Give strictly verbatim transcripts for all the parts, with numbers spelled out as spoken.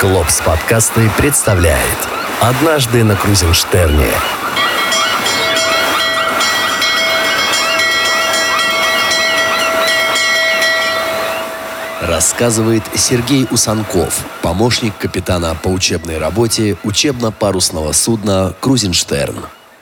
Клопс подкасты представляет «Однажды на Крузенштерне». Рассказывает Сергей Усанков, помощник капитана по учебной работе учебно-парусного судна «Крузенштерн».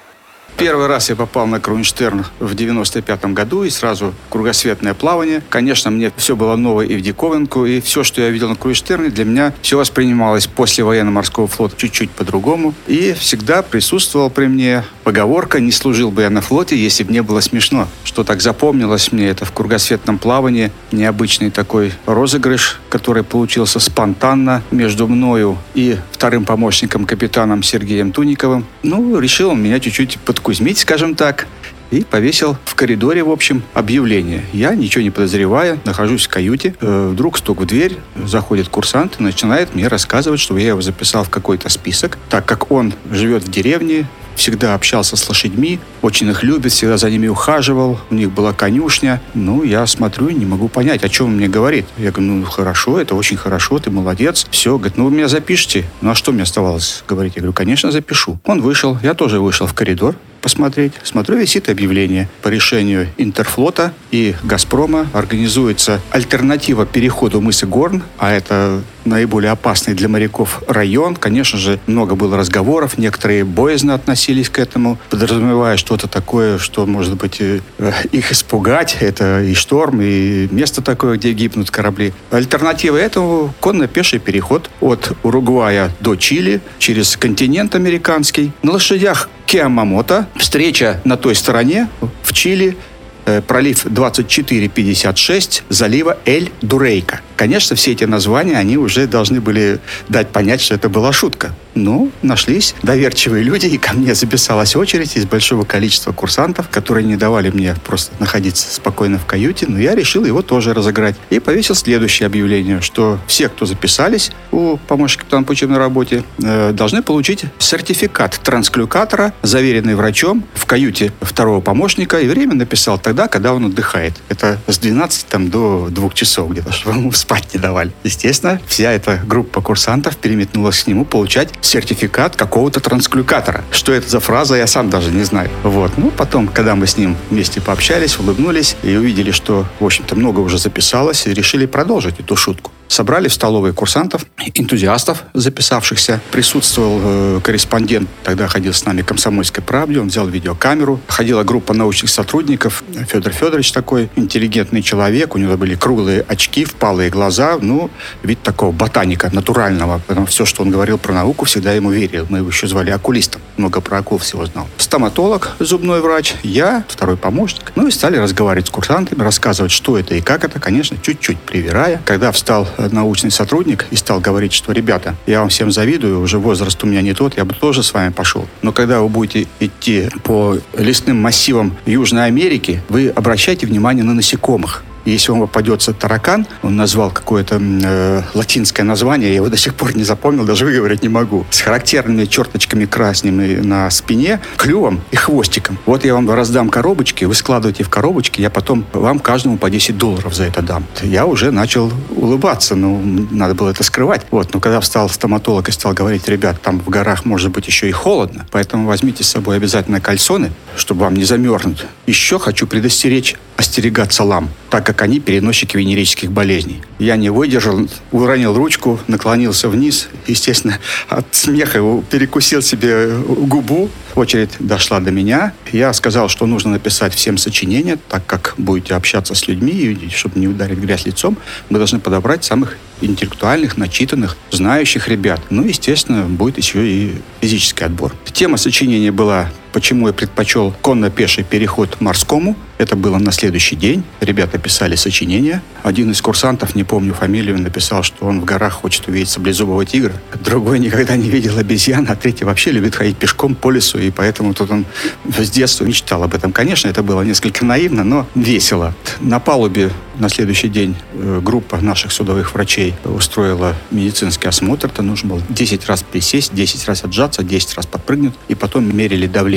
Первый раз я попал на Крузенштерн в девяносто пятом году, и сразу кругосветное плавание. Конечно, мне все было новое и в диковинку, и все, что я видел на Крузенштерне, для меня все воспринималось после военно-морского флота чуть-чуть по-другому. И всегда присутствовала при мне поговорка: «Не служил бы я на флоте, если бы не было смешно». Что так запомнилось мне, это в кругосветном плавании необычный такой розыгрыш, который получился спонтанно между мною и вторым помощником, капитаном Сергеем Туниковым. Ну, решил он меня чуть-чуть подкузмить, скажем так, и повесил в коридоре, в общем, объявление. Я, ничего не подозревая, нахожусь в каюте. Э, вдруг стук в дверь, заходит курсант и начинает мне рассказывать, что я его записал в какой-то список, так как он живет в деревне, всегда общался с лошадьми, очень их любит, всегда за ними ухаживал, у них была конюшня. Ну, я смотрю и не могу понять, о чем он мне говорит. Я говорю: ну, хорошо, это очень хорошо, ты молодец. Все, говорит, ну, вы меня запишите. Ну, а что мне оставалось говорить? Я говорю: конечно, запишу. Он вышел, я тоже вышел в коридор посмотреть. Смотрю, висит объявление: по решению Интерфлота и Газпрома организуется альтернатива переходу мыса Горн, а это наиболее опасный для моряков район. Конечно же, много было разговоров, некоторые боязно относились к этому, подразумевая что-то такое, что, может быть, их испугать. Это и шторм, и место такое, где гибнут корабли. Альтернатива этому — конно-пеший переход от Уругвая до Чили через континент американский. На лошадях Киамамото. Встреча на той стороне, в Чили, пролив двадцать четыре пятьдесят шесть залива Эль-Дурейка. Конечно, все эти названия, они уже должны были дать понять, что это была шутка. Ну, нашлись доверчивые люди, и ко мне записалась очередь из большого количества курсантов, которые не давали мне просто находиться спокойно в каюте, но я решил его тоже разыграть. И повесил следующее объявление, что все, кто записались у помощника капитана по учебной работе, э, должны получить сертификат трансклюкатора, заверенный врачом в каюте второго помощника, и время написал тогда, когда он отдыхает. Это с двенадцати там, до двух часов где-то, чтобы ему спать не давали. Естественно, вся эта группа курсантов переметнулась к нему получать сертификат какого-то трансклюкатора. Что это за фраза, я сам даже не знаю. Вот. Ну, потом, когда мы с ним вместе пообщались, улыбнулись и увидели, что, в общем-то, много уже записалось, и решили продолжить эту шутку. Собрали в столовой курсантов, энтузиастов записавшихся. Присутствовал э, корреспондент, тогда ходил с нами «Комсомольской правде», он взял видеокамеру. Ходила группа научных сотрудников. Федор Федорович такой интеллигентный человек, у него были круглые очки, впалые глаза, ну, вид такого ботаника натурального. Потому что все, что он говорил про науку, всегда ему верил. Мы его еще звали окулистом, много про акул всего знал. Стоматолог, зубной врач, я, второй помощник. Ну и стали разговаривать с курсантами, рассказывать, что это и как это, конечно, чуть-чуть привирая. Когда встал научный сотрудник и стал говорить, что: ребята, я вам всем завидую, уже возраст у меня не тот, я бы тоже с вами пошел. Но когда вы будете идти по лесным массивам Южной Америки, вы обращайте внимание на насекомых. Если вам попадется таракан, он назвал какое-то э, латинское название, я его до сих пор не запомнил, даже выговорить не могу, с характерными черточками красными на спине, клювом и хвостиком. Вот я вам раздам коробочки, вы складываете в коробочки, я потом вам каждому по десять долларов за это дам. Я уже начал улыбаться, но надо было это скрывать. Вот, но когда встал стоматолог и стал говорить: ребят, там в горах может быть еще и холодно, поэтому возьмите с собой обязательно кальсоны, чтобы вам не замерзнуть. Еще хочу предостеречь остерегаться лам, так как они переносчики венерических болезней. Я не выдержал, уронил ручку, наклонился вниз. Естественно, от смеха его перекусил себе губу. Очередь дошла до меня. Я сказал, что нужно написать всем сочинения, так как будете общаться с людьми, и чтобы не ударить грязь лицом, мы должны подобрать самых интеллектуальных, начитанных, знающих ребят. Ну, естественно, будет еще и физический отбор. Тема сочинения была: почему я предпочел конно-пеший переход морскому. Это было на следующий день. Ребята писали сочинения. Один из курсантов, не помню фамилию, написал, что он в горах хочет увидеть саблезубого тигра. Другой никогда не видел обезьян, а третий вообще любит ходить пешком по лесу, и поэтому тут он с детства мечтал об этом. Конечно, это было несколько наивно, но весело. На палубе на следующий день группа наших судовых врачей устроила медицинский осмотр. Это нужно было десять раз присесть, десять раз отжаться, десять раз подпрыгнуть, и потом мерили давление.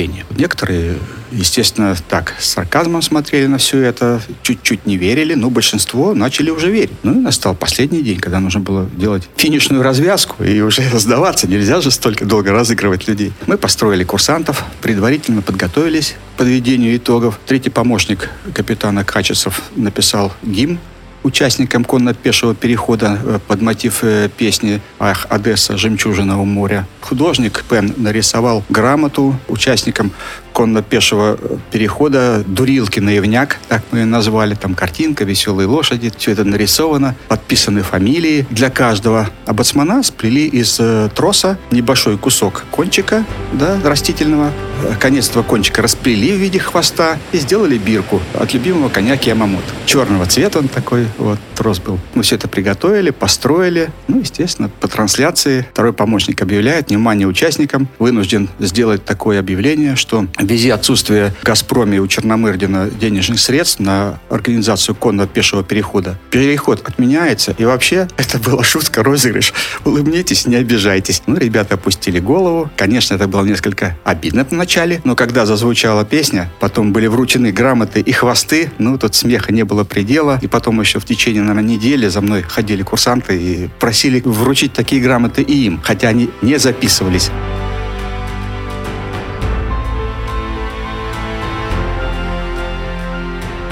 объявление. Некоторые, естественно, так, с сарказмом смотрели на все это, чуть-чуть не верили, но большинство начали уже верить. Ну и настал последний день, когда нужно было делать финишную развязку и уже сдаваться. Нельзя же столько долго разыгрывать людей. Мы построили курсантов, предварительно подготовились к подведению итогов. Третий помощник капитана Качесов написал гимн участникам конно-пешего перехода под мотив песни «Ах, Одесса, жемчужина у моря». Художник Пен нарисовал грамоту участникам конно-пешего перехода «Дурилки наивняк», так мы ее назвали. Там картинка, веселые лошади, все это нарисовано, подписаны фамилии для каждого. А бацмана сплели из троса небольшой кусок кончика, да, растительного. Конец этого кончика расплели в виде хвоста и сделали бирку от любимого коня Киямамото. Черного цвета он такой, вот, трос был. Мы все это приготовили, построили. Ну, естественно, по трансляции второй помощник объявляет: внимание участникам, вынужден сделать такое объявление, что в связи отсутствия в «Газпроме» у Черномырдина денежных средств на организацию конно-пешего перехода, переход отменяется. И вообще, это была шутка, розыгрыш. Улыбнитесь, не обижайтесь. Ну, ребята опустили голову. Конечно, это было несколько обидно в начале, но когда зазвучала песня, потом были вручены грамоты и хвосты, ну, тут смеха не было предела. И потом еще в течение, наверное, недели за мной ходили курсанты и просили вручить такие грамоты и им, хотя они не записывались.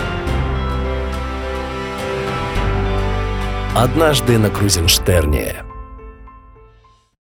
Однажды на Крузенштерне.